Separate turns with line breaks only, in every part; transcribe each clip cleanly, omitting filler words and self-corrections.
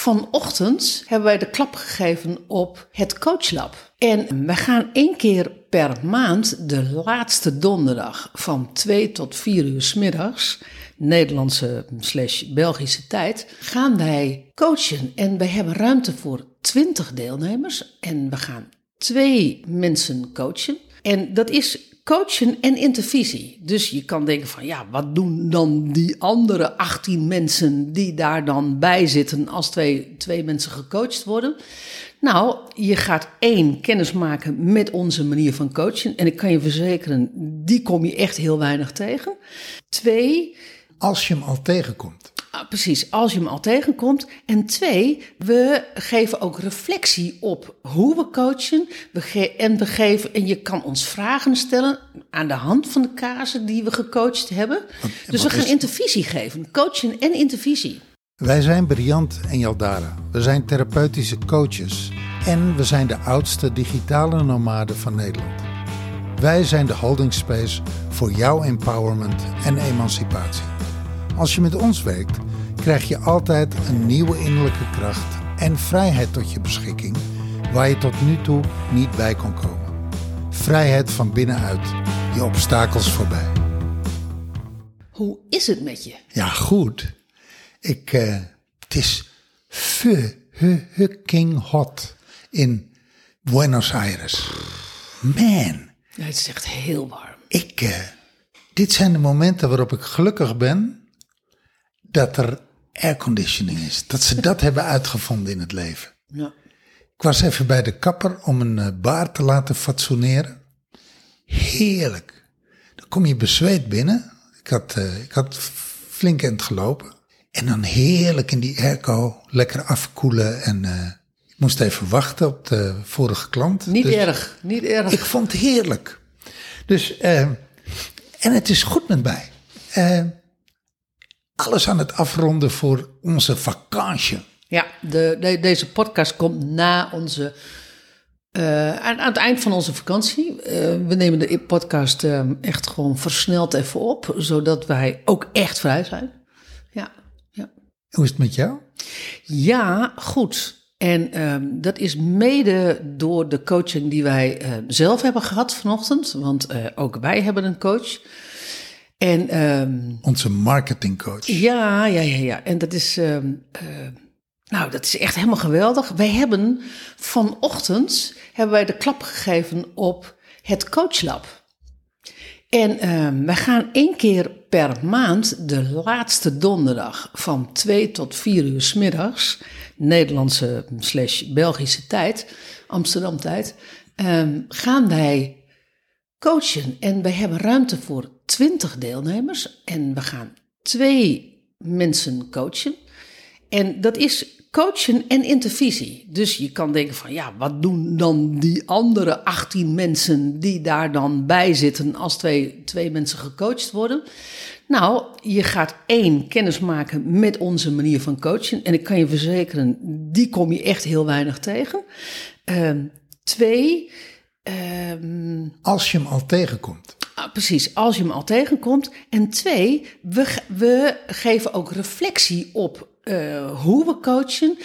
Vanochtend hebben wij de klap gegeven op het Coachlab. En we gaan 1 keer per maand, de laatste donderdag van 2 tot 4 uur 's middags, Nederlandse/Belgische tijd, gaan wij coachen. En we hebben ruimte voor 20 deelnemers. En we gaan 2 mensen coachen. En dat is coachen en intervisie. Dus je kan denken van, ja, wat doen dan die andere 18 mensen die daar dan bij zitten als twee mensen gecoacht worden? Nou, je gaat 1 kennis maken met onze manier van coachen. En ik kan je verzekeren, die kom je echt heel weinig tegen. 2...
Als je hem al tegenkomt.
Precies, als je hem al tegenkomt. En 2, we geven ook reflectie op hoe we coachen. En je kan ons vragen stellen aan de hand van de casussen die we gecoacht hebben. Dus we gaan intervisie geven, coachen en intervisie.
Wij zijn Briant en Jaldara. We zijn therapeutische coaches. En we zijn de oudste digitale nomaden van Nederland. Wij zijn de holding space voor jouw empowerment en emancipatie. Als je met ons werkt, krijg je altijd een nieuwe innerlijke kracht en vrijheid tot je beschikking, waar je tot nu toe niet bij kon komen. Vrijheid van binnenuit, je obstakels voorbij.
Hoe is het met je?
Ja, goed. Het is fucking hot in Buenos Aires. Man.
Ja, het is echt heel warm.
Dit zijn de momenten waarop ik gelukkig ben dat er airconditioning is. Dat ze dat hebben uitgevonden in het leven.
Ja.
Ik was even bij de kapper om een baard te laten fatsoeneren. Heerlijk. Dan kom je bezweet binnen. Ik had flink eind gelopen. En dan heerlijk in die airco, lekker afkoelen. En ik moest even wachten op de vorige klant.
Niet erg.
Ik vond het heerlijk. Dus, en het is goed met mij. Alles aan het afronden voor onze vakantie.
Ja, deze podcast komt na onze, aan het eind van onze vakantie. We nemen de podcast echt gewoon versneld even op, zodat wij ook echt vrij zijn. Ja.
Hoe is het met jou?
Ja, goed. En dat is mede door de coaching die wij zelf hebben gehad vanochtend. Want ook wij hebben een coach. En,
onze marketingcoach.
Ja. En dat is, dat is echt helemaal geweldig. Vanochtend hebben wij de klap gegeven op het Coachlab. En wij gaan 1 keer per maand, de laatste donderdag van 2 tot 4 uur 's middags, Nederlandse/Belgische tijd, Amsterdam tijd, gaan wij coachen. En wij hebben ruimte voor 20 deelnemers. En we gaan 2 mensen coachen. En dat is coachen en intervisie. Dus je kan denken van, ja, wat doen dan die andere 18 mensen die daar dan bij zitten als twee mensen gecoacht worden? Nou, je gaat 1 kennis maken met onze manier van coachen. En ik kan je verzekeren, die kom je echt heel weinig tegen. 2...
als je hem al tegenkomt.
Precies, als je hem al tegenkomt. En 2, we geven ook reflectie op hoe we coachen.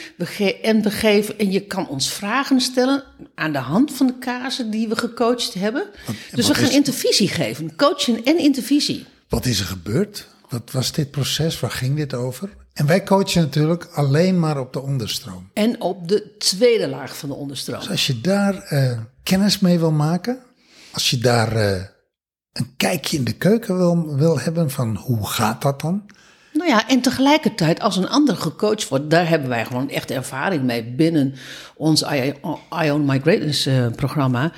En je kan ons vragen stellen aan de hand van de casussen die we gecoacht hebben. Dus we gaan intervisie geven, coachen en intervisie.
Wat is er gebeurd? Wat was dit proces? Waar ging dit over? En wij coachen natuurlijk alleen maar op de onderstroom.
En op de tweede laag van de onderstroom.
Dus als je daar kennis mee wil maken, als je daar een kijkje in de keuken wil hebben van hoe gaat dat dan?
Nou ja, en tegelijkertijd als een ander gecoacht wordt, daar hebben wij gewoon echt ervaring mee binnen ons Ion My Greatness programma,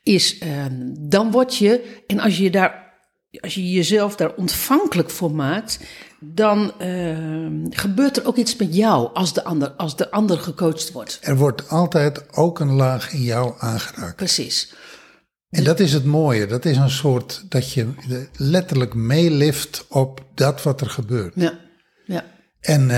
dan word je, en als je jezelf daar ontvankelijk voor maakt, dan gebeurt er ook iets met jou als de ander gecoacht wordt.
Er wordt altijd ook een laag in jou aangeraakt.
Precies.
En dat is het mooie. Dat is een soort dat je letterlijk meelift op dat wat er gebeurt.
Ja.
En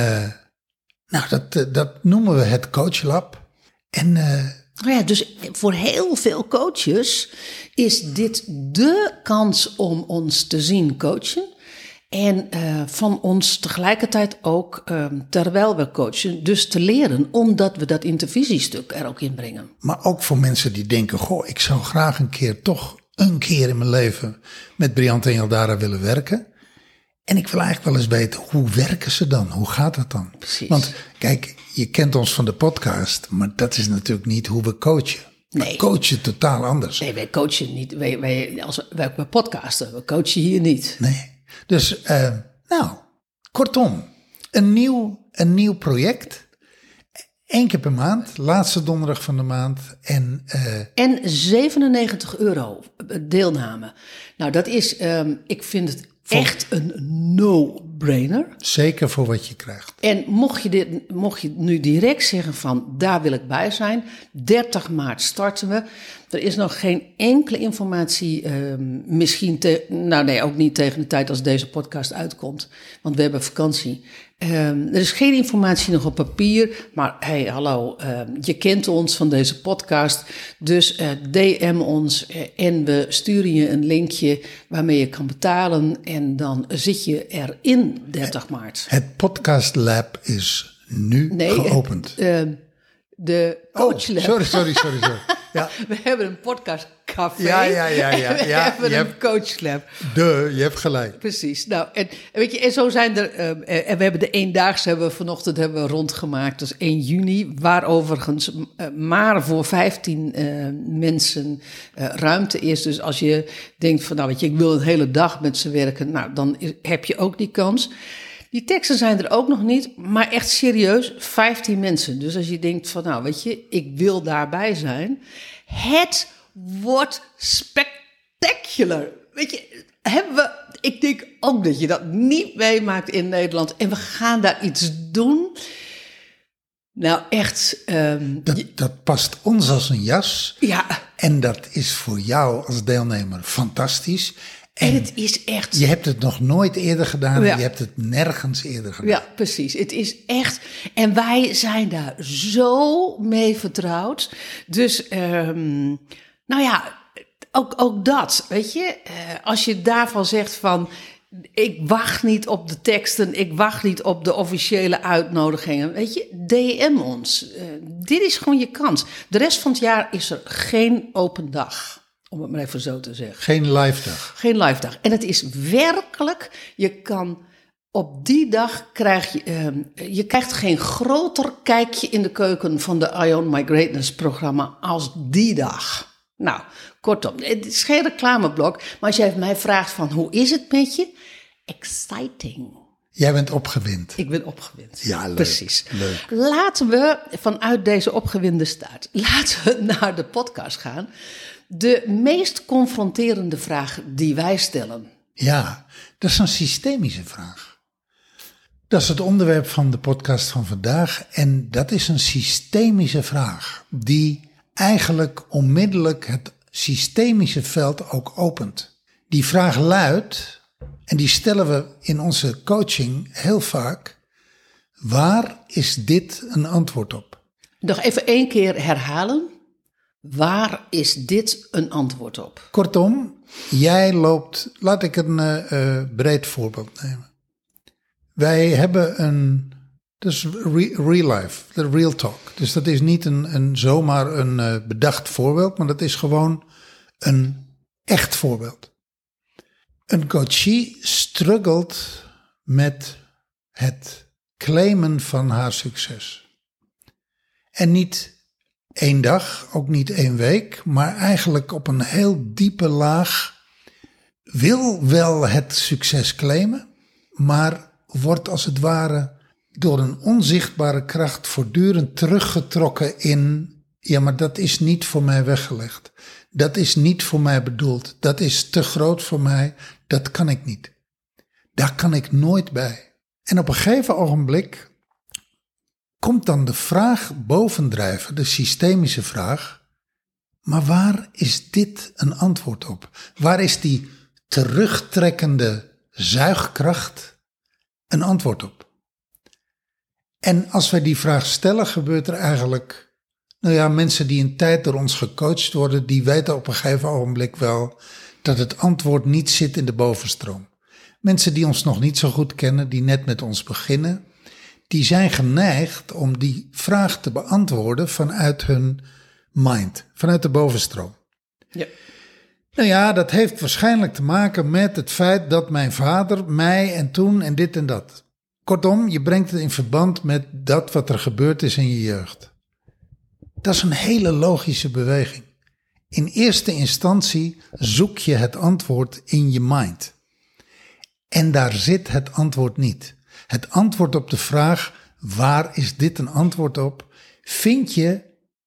dat noemen we het Coachlab. En
dus voor heel veel coaches is dit dé kans om ons te zien coachen. En van ons tegelijkertijd ook, terwijl we coachen, dus te leren, omdat we dat intervisiestuk er ook in brengen.
Maar ook voor mensen die denken, goh, ik zou graag een keer in mijn leven met Briante en Jaldara willen werken. En ik wil eigenlijk wel eens weten, hoe werken ze dan? Hoe gaat het dan?
Precies.
Want kijk, je kent ons van de podcast, maar dat is natuurlijk niet hoe we coachen.
Nee.
We coachen totaal anders.
Nee, wij coachen niet. Wij podcasten, we coachen hier niet.
Nee. Dus, kortom, een nieuw project. 1 keer per maand, laatste donderdag van de maand. En
€97 deelname. Nou, dat is, ik vind het echt een no-brainer.
Zeker voor wat je krijgt.
En mocht je nu direct zeggen van, daar wil ik bij zijn. 30 maart starten we. Er is nog geen enkele informatie, ook niet tegen de tijd als deze podcast uitkomt. Want we hebben vakantie. Er is geen informatie nog op papier. Maar hey, hallo, je kent ons van deze podcast. Dus DM ons en we sturen je een linkje waarmee je kan betalen. En dan zit je erin 30 maart.
Het podcast lab is nu geopend.
De Coach Lab.
Sorry. Ja.
We hebben een podcastcafé.
Ja.
We hebben een Coach Lab.
Je hebt gelijk.
Precies. Nou, en weet je, en zo zijn er. En we hebben de eendaagse vanochtend rondgemaakt. Dat is 1 juni. Waar overigens maar voor 15 mensen ruimte is. Dus als je denkt van, nou weet je, ik wil een hele dag met ze werken. Nou, dan heb je ook die kans. Die teksten zijn er ook nog niet, maar echt serieus, 15 mensen. Dus als je denkt van, nou weet je, ik wil daarbij zijn. Het wordt spectacular. Weet je, ik denk ook dat je dat niet meemaakt in Nederland. En we gaan daar iets doen. Nou echt.
Dat past ons als een jas.
Ja.
En dat is voor jou als deelnemer fantastisch.
En het is echt.
Je hebt het nog nooit eerder gedaan. Ja. Je hebt het nergens eerder gedaan.
Ja, precies. Het is echt. En wij zijn daar zo mee vertrouwd. Dus, ook dat, weet je. Als je daarvan zegt van, ik wacht niet op de teksten, ik wacht niet op de officiële uitnodigingen. Weet je, DM ons. Dit is gewoon je kans. De rest van het jaar is er geen open dag. Om het maar even zo te zeggen.
Geen live dag.
Geen live dag. En het is werkelijk, je kan op die dag je krijgt geen groter kijkje in de keuken van de Ion My Greatness programma als die dag. Nou, kortom, het is geen reclameblok, maar als jij mij vraagt van hoe is het met je? Exciting.
Jij bent opgewind.
Ik ben opgewind.
Ja, leuk.
Precies.
Leuk.
Laten we vanuit deze opgewinde staat, laten we naar de podcast gaan. De meest confronterende vraag die wij stellen.
Ja, dat is een systemische vraag. Dat is het onderwerp van de podcast van vandaag. En dat is een systemische vraag die eigenlijk onmiddellijk het systemische veld ook opent. Die vraag luidt, en die stellen we in onze coaching heel vaak. Waar is dit een antwoord op?
Nog even 1 keer herhalen. Waar is dit een antwoord op?
Kortom, jij loopt, laat ik een breed voorbeeld nemen. Wij hebben dus real life, de real talk. Dus dat is niet zomaar een bedacht voorbeeld, maar dat is gewoon een echt voorbeeld. Een coachie struggelt met het claimen van haar succes. En niet 1 dag, ook niet 1 week, maar eigenlijk op een heel diepe laag wil wel het succes claimen, maar wordt als het ware door een onzichtbare kracht voortdurend teruggetrokken in, ja, maar dat is niet voor mij weggelegd. Dat is niet voor mij bedoeld. Dat is te groot voor mij. Dat kan ik niet. Daar kan ik nooit bij. En op een gegeven ogenblik komt dan de vraag bovendrijven, de systemische vraag. Maar waar is dit een antwoord op? Waar is die terugtrekkende zuigkracht een antwoord op? En als wij die vraag stellen, gebeurt er eigenlijk, mensen die een tijd door ons gecoacht worden, die weten op een gegeven ogenblik wel dat het antwoord niet zit in de bovenstroom. Mensen die ons nog niet zo goed kennen, die net met ons beginnen, die zijn geneigd om die vraag te beantwoorden vanuit hun mind, vanuit de bovenstroom.
Ja.
Nou ja, dat heeft waarschijnlijk te maken met het feit dat mijn vader mij en toen en dit en dat. Kortom, je brengt het in verband met dat wat er gebeurd is in je jeugd. Dat is een hele logische beweging. In eerste instantie zoek je het antwoord in je mind. En daar zit het antwoord niet. Het antwoord op de vraag, waar is dit een antwoord op, vind je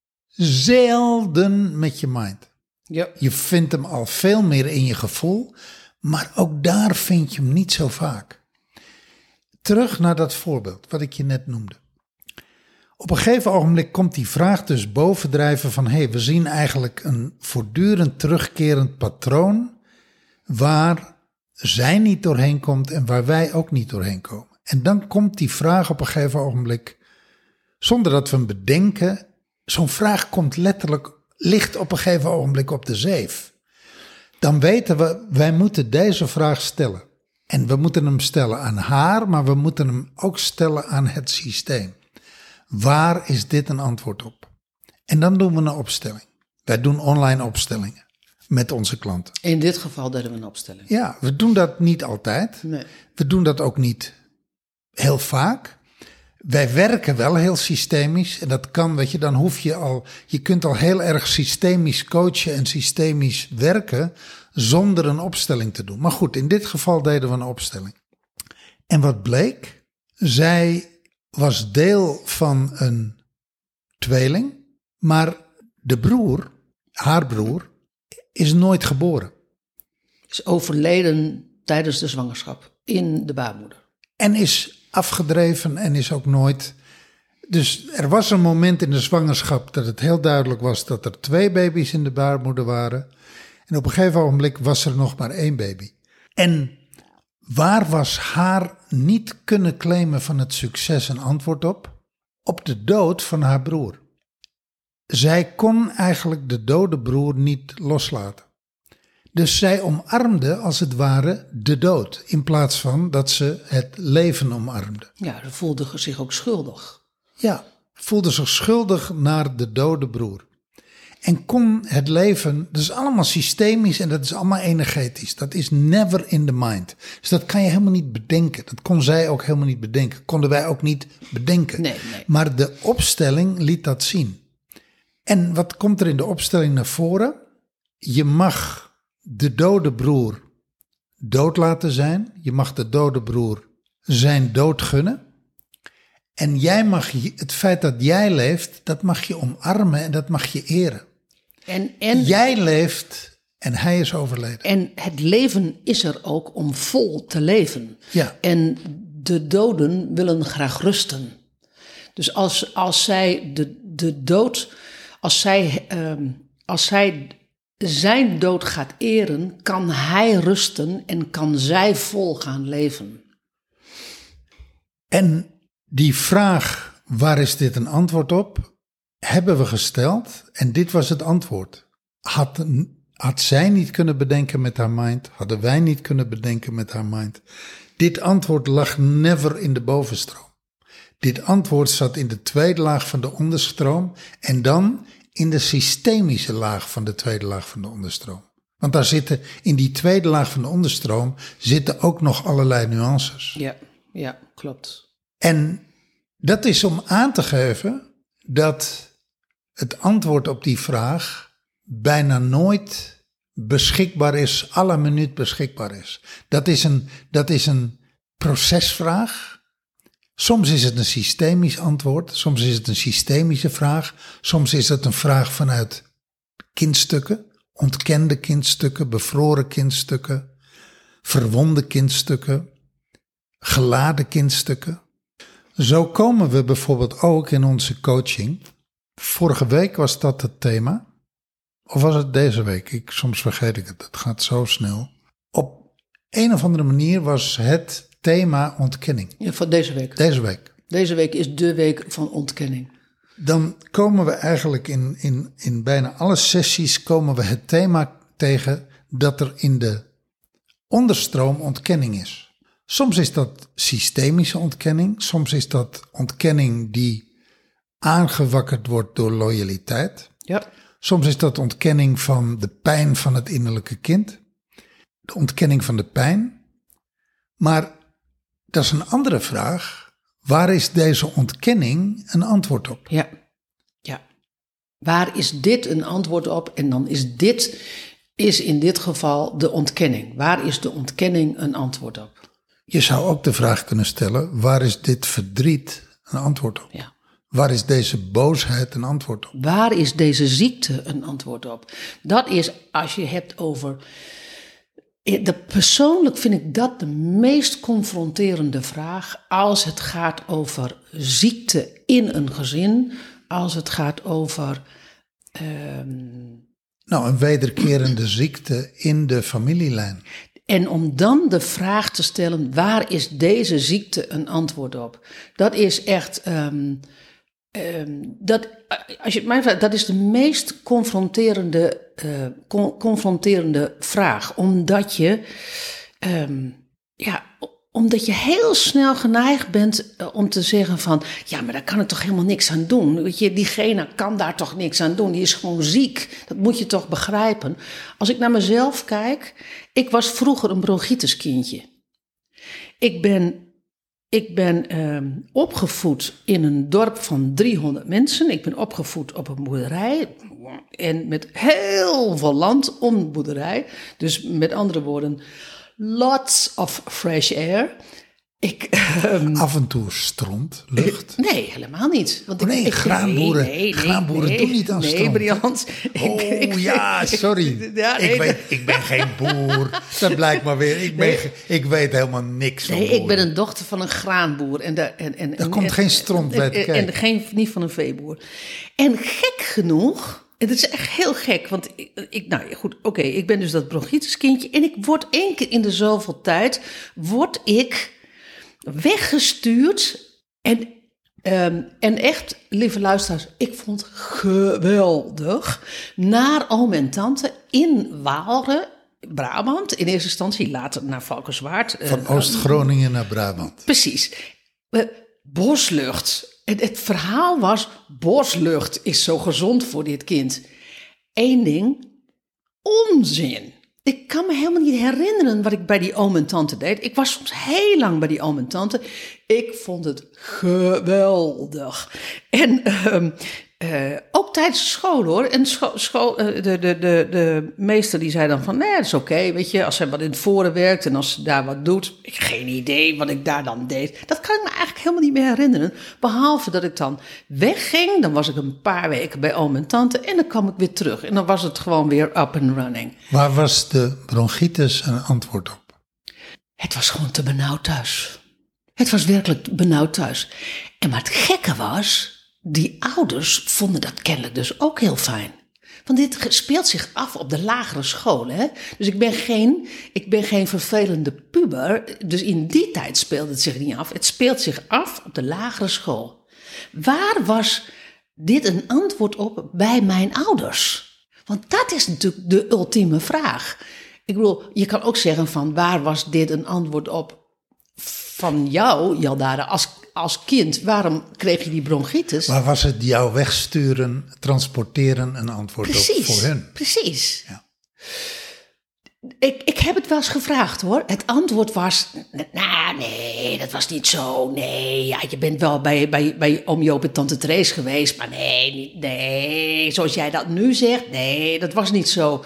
zelden met je mind.
Ja.
Je vindt hem al veel meer in je gevoel, maar ook daar vind je hem niet zo vaak. Terug naar dat voorbeeld wat ik je net noemde. Op een gegeven ogenblik komt die vraag dus bovendrijven van, we zien eigenlijk een voortdurend terugkerend patroon waar zij niet doorheen komt en waar wij ook niet doorheen komen. En dan komt die vraag op een gegeven ogenblik, zonder dat we hem bedenken, zo'n vraag komt ligt op een gegeven ogenblik op de zeef. Dan weten we, wij moeten deze vraag stellen. En we moeten hem stellen aan haar, maar we moeten hem ook stellen aan het systeem. Waar is dit een antwoord op? En dan doen we een opstelling. Wij doen online opstellingen met onze klanten.
In dit geval deden we een opstelling.
Ja, we doen dat niet altijd.
Nee.
We doen dat ook niet heel vaak. Wij werken wel heel systemisch en dat kan, dan hoef je kunt al heel erg systemisch coachen en systemisch werken zonder een opstelling te doen. Maar goed, in dit geval deden we een opstelling. En wat bleek? Zij was deel van een tweeling, maar de broer, haar broer, is nooit geboren.
Is overleden tijdens de zwangerschap in de baarmoeder.
En is afgedreven en is ook nooit. Dus er was een moment in de zwangerschap dat het heel duidelijk was dat er 2 baby's in de baarmoeder waren. En op een gegeven ogenblik was er nog maar 1 baby. En waar was haar niet kunnen claimen van het succes een antwoord op? Op de dood van haar broer. Zij kon eigenlijk de dode broer niet loslaten. Dus zij omarmde als het ware de dood, in plaats van dat ze het leven omarmde.
Ja, ze voelde zich ook schuldig.
Ja, voelde zich schuldig naar de dode broer. En kon het leven, dat is allemaal systemisch en dat is allemaal energetisch. Dat is never in the mind. Dus dat kan je helemaal niet bedenken. Dat kon zij ook helemaal niet bedenken. Konden wij ook niet bedenken.
Nee.
Maar de opstelling liet dat zien. En wat komt er in de opstelling naar voren? Je mag de dode broer dood laten zijn. Je mag de dode broer zijn dood gunnen. En jij mag het feit dat jij leeft, dat mag je omarmen en dat mag je eren. En jij leeft en hij is overleden.
En het leven is er ook om vol te leven.
Ja.
En de doden willen graag rusten. Dus als zij de dood, als zij zijn dood gaat eren, kan hij rusten en kan zij vol gaan leven.
En die vraag, waar is dit een antwoord op, hebben we gesteld en dit was het antwoord. Had zij niet kunnen bedenken met haar mind, hadden wij niet kunnen bedenken met haar mind. Dit antwoord lag never in de bovenstroom. Dit antwoord zat in de tweede laag van de onderstroom en dan in de systemische laag van de tweede laag van de onderstroom. Want daar zitten, in die tweede laag van de onderstroom, zitten ook nog allerlei nuances.
Ja, klopt.
En dat is om aan te geven dat het antwoord op die vraag bijna nooit beschikbaar is, à la minuut beschikbaar is. Dat is een procesvraag. Soms is het een systemisch antwoord, soms is het een systemische vraag, soms is het een vraag vanuit kindstukken, ontkende kindstukken, bevroren kindstukken, verwonde kindstukken, geladen kindstukken. Zo komen we bijvoorbeeld ook in onze coaching. Vorige week was dat het thema. Of was het deze week? Soms vergeet ik het. Het gaat zo snel. Op een of andere manier was het thema ontkenning.
Ja, van deze week. Deze week is de week van ontkenning.
Dan komen we eigenlijk in bijna alle sessies komen we het thema tegen dat er in de onderstroom ontkenning is. Soms is dat systemische ontkenning, soms is dat ontkenning die aangewakkerd wordt door loyaliteit.
Ja.
Soms is dat ontkenning van de pijn van het innerlijke kind. De ontkenning van de pijn. Maar dat is een andere vraag. Waar is deze ontkenning een antwoord op?
Ja. Waar is dit een antwoord op? En dan is dit in dit geval de ontkenning. Waar is de ontkenning een antwoord op?
Je zou ook de vraag kunnen stellen, waar is dit verdriet een antwoord op?
Ja.
Waar is deze boosheid een antwoord op?
Waar is deze ziekte een antwoord op? Dat is, als je hebt over... Persoonlijk vind ik dat de meest confronterende vraag als het gaat over ziekte in een gezin, als het gaat over...
een wederkerende ziekte in de familielijn.
En om dan de vraag te stellen, waar is deze ziekte een antwoord op? Dat is echt... als je het mij vraagt, dat is de meest confronterende vraag. Omdat je heel snel geneigd bent om te zeggen van... ja, maar daar kan ik toch helemaal niks aan doen. Weet je, diegene kan daar toch niks aan doen. Die is gewoon ziek. Dat moet je toch begrijpen. Als ik naar mezelf kijk... Ik was vroeger een bronchitiskindje. Ik ben opgevoed in een dorp van 300 mensen. Ik ben opgevoed op een boerderij. En met heel veel land om de boerderij. Dus met andere woorden, lots of fresh air.
Af en toe stront, lucht?
Nee, helemaal niet. Want
graanboeren doen niet aan stront.
Nee, briljant.
Sorry.
Ja,
ik ben geen boer. Dat blijkt maar weer. Ik weet helemaal niks van boeren.
Ik ben een dochter van een graanboer.
Er komt geen stront bij te kijken.
En niet van een veeboer. En gek genoeg... En dat is echt heel gek, want ik ben dus dat bronchitiskindje... en ik word 1 keer in de zoveel tijd... weggestuurd en echt, lieve luisteraars, ik vond het geweldig, naar oom en tante in Waalre, Brabant, in eerste instantie, later naar Valkenswaard.
Van Oost-Groningen naar Brabant.
Precies. Boslucht. Het verhaal was, boslucht is zo gezond voor dit kind. 1 ding, onzin. Ik kan me helemaal niet herinneren wat ik bij die oom en tante deed. Ik was soms heel lang bij die oom en tante. Ik vond het geweldig. En ook tijdens school hoor. En de meester die zei dan van, nee, dat is oké, weet je. Als zij wat in het voren werkt en als ze daar wat doet. Ik heb geen idee wat ik daar dan deed. Dat kan ik me eigenlijk helemaal niet meer herinneren. Behalve dat ik dan wegging. Dan was ik een paar weken bij oom en tante. En dan kwam ik weer terug. En dan was het gewoon weer up and running.
Waar was de bronchitis een antwoord op?
Het was gewoon te benauwd thuis. Het was werkelijk benauwd thuis. Maar het gekke was... Die ouders vonden dat kennelijk dus ook heel fijn. Want dit speelt zich af op de lagere school. Hè? Dus ik ben geen vervelende puber. Dus in die tijd speelde het zich niet af. Het speelt zich af op de lagere school. Waar was dit een antwoord op bij mijn ouders? Want dat is natuurlijk de ultieme vraag. Ik bedoel, je kan ook zeggen van waar was dit een antwoord op van jou, Jaldara, als kind, waarom kreeg je die bronchitis?
Maar was het jou wegsturen, transporteren een antwoord op voor hun?
Precies.
Ja.
Ik heb het wel eens gevraagd hoor. Het antwoord was, nee, dat was niet zo. Nee, ja, je bent wel bij oom Joop en tante Therese geweest, maar nee, zoals jij dat nu zegt, nee, dat was niet zo.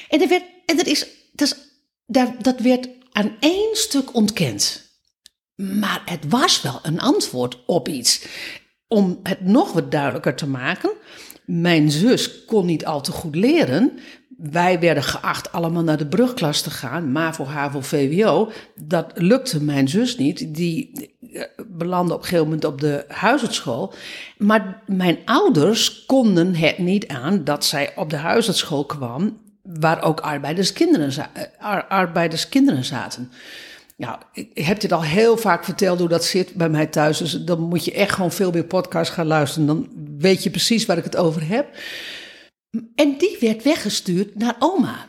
Dat werd aan 1 stuk ontkend. Maar het was wel een antwoord op iets. Om het nog wat duidelijker te maken. Mijn zus kon niet al te goed leren. Wij werden geacht allemaal naar de brugklas te gaan. MAVO, HAVO, VWO. Dat lukte mijn zus niet. Die belandde op een gegeven moment op de huisartsschool. Maar mijn ouders konden het niet aan dat zij op de huisartsschool kwam. Waar ook arbeiderskinderen zaten. Nou, ik heb dit al heel vaak verteld hoe dat zit bij mij thuis. Dus dan moet je echt gewoon veel meer podcasts gaan luisteren. Dan weet je precies waar ik het over heb. En die werd weggestuurd naar oma.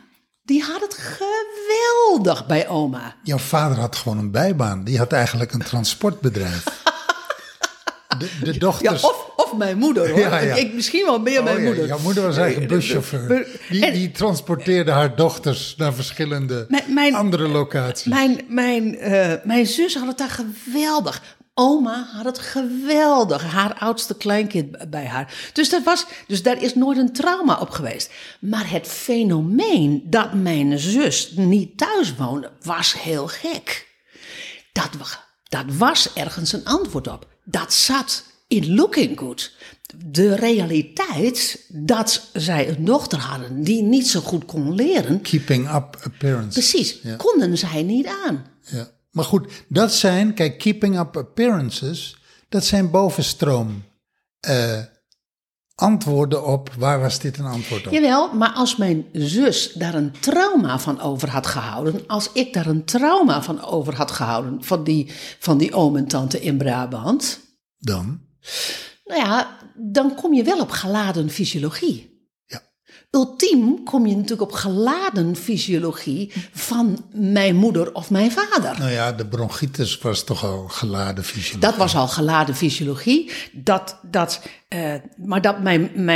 Die had het geweldig bij oma.
Jouw vader had gewoon een bijbaan. Die had eigenlijk een transportbedrijf. De dochters...
Ja, of mijn moeder, hoor.
Ja.
Ik misschien wel meer mijn moeder.
Jouw moeder was eigenlijk buschauffeur. Die transporteerde haar dochters naar verschillende andere locaties.
Mijn zus had het daar geweldig. Oma had het geweldig. Haar oudste kleinkind bij haar. Dus daar is nooit een trauma op geweest. Maar het fenomeen dat mijn zus niet thuis woonde, was heel gek. Dat was ergens een antwoord op. Dat zat in Looking Good. De realiteit dat zij een dochter hadden die niet zo goed kon leren.
Keeping up appearance.
Precies, konden zij niet aan.
Ja. Maar goed, dat zijn, kijk, keeping up appearances, dat zijn bovenstroom antwoorden op, waar was dit een antwoord op?
Jawel, maar als mijn zus daar een trauma van over had gehouden, als ik daar een trauma van over had gehouden, van die oom en tante in Brabant.
Dan?
Nou ja, dan kom je wel op geladen fysiologie.
Ja.
Ultiem kom je natuurlijk op geladen fysiologie van mijn moeder of mijn vader.
Nou ja, de bronchitis was toch al geladen fysiologie.
Dat was al geladen fysiologie. Maar dat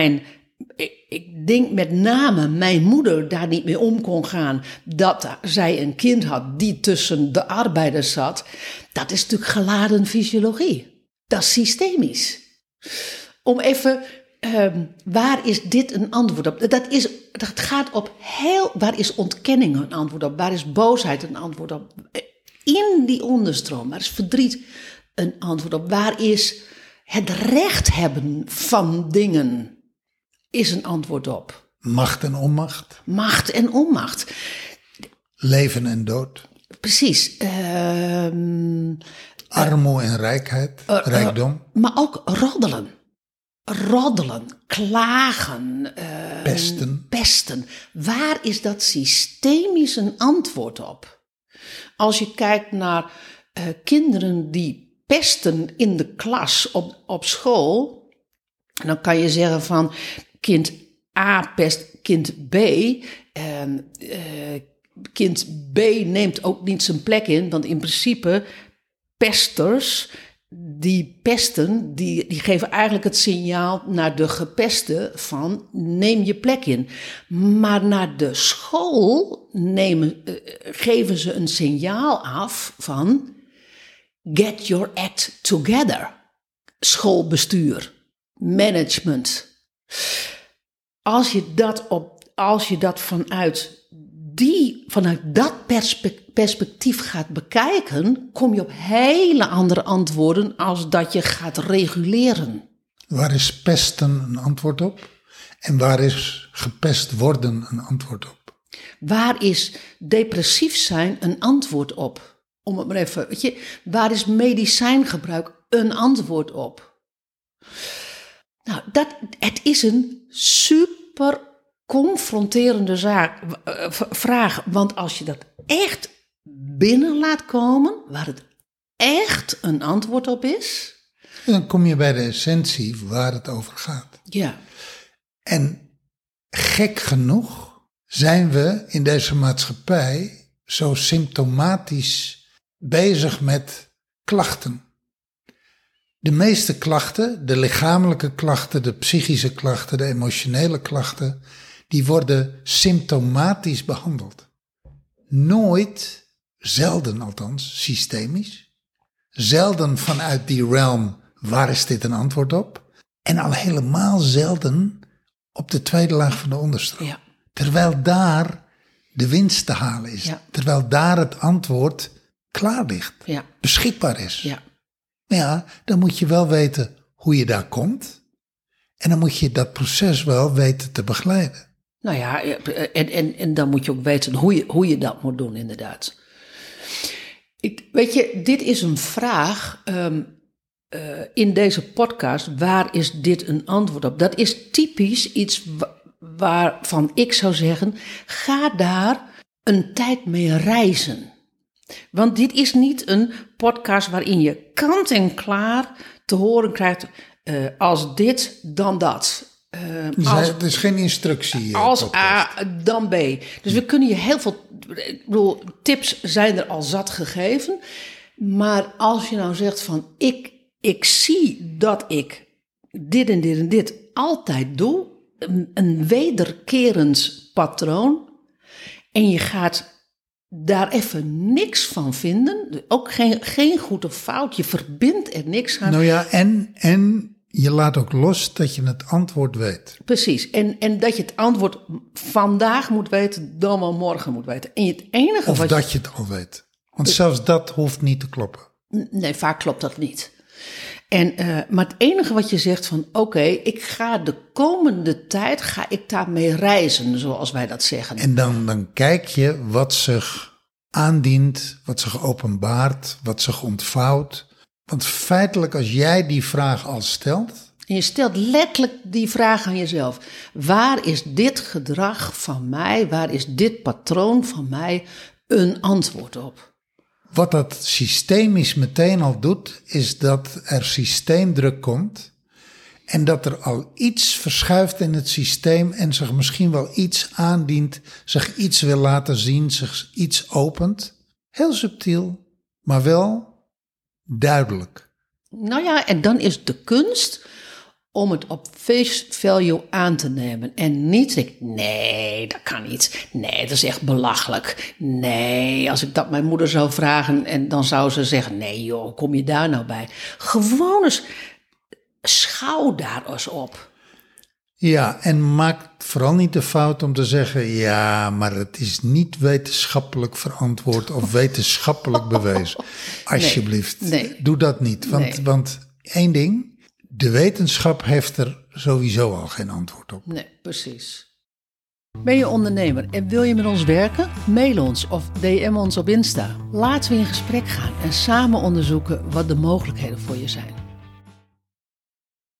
ik denk met name mijn moeder daar niet mee om kon gaan. Dat zij een kind had die tussen de arbeiders zat. Dat is natuurlijk geladen fysiologie. Dat is systemisch. Om even, waar is dit een antwoord op? Dat gaat op waar is ontkenning een antwoord op? Waar is boosheid een antwoord op? In die onderstroom, waar is verdriet een antwoord op? Waar is het recht hebben van dingen is een antwoord op?
Macht en onmacht.
Macht en onmacht.
Leven en dood.
Precies.
Armoede en rijkheid, rijkdom.
Maar ook roddelen, klagen, pesten. Waar is dat systemisch een antwoord op? Als je kijkt naar kinderen die pesten in de klas op school, dan kan je zeggen van kind A pest kind B. Kind B neemt ook niet zijn plek in, want in principe pesters, die pesten, die geven eigenlijk het signaal naar de gepeste van neem je plek in. Maar naar de school geven ze een signaal af van get your act together. Schoolbestuur, management. Als je dat vanuit dat perspectief gaat bekijken, kom je op hele andere antwoorden als dat je gaat reguleren.
Waar is pesten een antwoord op? En waar is gepest worden een antwoord op?
Waar is depressief zijn een antwoord op? Om het maar even, waar is medicijngebruik een antwoord op? Nou, het is een super confronterende vraag. Want als je dat echt binnen laat komen, waar het echt een antwoord op is,
dan kom je bij de essentie waar het over gaat.
Ja.
En gek genoeg zijn we in deze maatschappij zo symptomatisch bezig met klachten. De meeste klachten, de lichamelijke klachten, de psychische klachten, de emotionele klachten, die worden symptomatisch behandeld. Nooit, zelden althans, systemisch. Zelden vanuit die realm, waar is dit een antwoord op? En al helemaal zelden op de tweede laag van de onderstroom.
Ja.
Terwijl daar de winst te halen is.
Ja.
Terwijl daar het antwoord klaar ligt, beschikbaar is.
Ja.
Ja, dan moet je wel weten hoe je daar komt. En dan moet je dat proces wel weten te begeleiden.
Nou ja, en dan moet je ook weten hoe je dat moet doen, inderdaad. Weet je, dit is een vraag in deze podcast. Waar is dit een antwoord op? Dat is typisch iets waarvan ik zou zeggen, ga daar een tijd mee reizen. Want dit is niet een podcast waarin je kant en klaar te horen krijgt, als dit, dan dat.
Het is geen instructie.
Als A, dan B. Dus we kunnen je heel veel... Ik bedoel, tips zijn er al zat gegeven. Maar als je nou zegt van... Ik zie dat ik dit en dit en dit altijd doe. Een wederkerend patroon. En je gaat daar even niks van vinden. Ook geen goed of fout. Je verbindt er niks aan.
Nou ja, en je laat ook los dat je het antwoord weet.
Precies. En dat je het antwoord vandaag moet weten, dan wel morgen moet weten. En het enige
of dat je het al weet. Want zelfs dat hoeft niet te kloppen.
Nee, vaak klopt dat niet. Maar het enige wat je zegt van oké, ik ga de komende tijd daarmee reizen, zoals wij dat zeggen.
En dan kijk je wat zich aandient, wat zich openbaart, wat zich ontvouwt. Want feitelijk als jij die vraag al stelt...
En je stelt letterlijk die vraag aan jezelf. Waar is dit gedrag van mij, waar is dit patroon van mij een antwoord op?
Wat dat systemisch meteen al doet, is dat er systeemdruk komt en dat er al iets verschuift in het systeem en zich misschien wel iets aandient, zich iets wil laten zien, zich iets opent. Heel subtiel, maar wel duidelijk.
Nou ja, en dan is de kunst om het op face value aan te nemen. En niet zeggen, nee, dat kan niet. Nee, dat is echt belachelijk. Nee, als ik dat mijn moeder zou vragen en dan zou ze zeggen, nee joh, hoe kom je daar nou bij? Gewoon eens schouw daar eens op.
Ja, en maak vooral niet de fout om te zeggen, ja, maar het is niet wetenschappelijk verantwoord of wetenschappelijk bewezen. Alsjeblieft,
nee.
Doe dat niet. Want één ding, de wetenschap heeft er sowieso al geen antwoord op.
Nee, precies. Ben je ondernemer en wil je met ons werken? Mail ons of DM ons op Insta. Laten we in gesprek gaan en samen onderzoeken wat de mogelijkheden voor je zijn.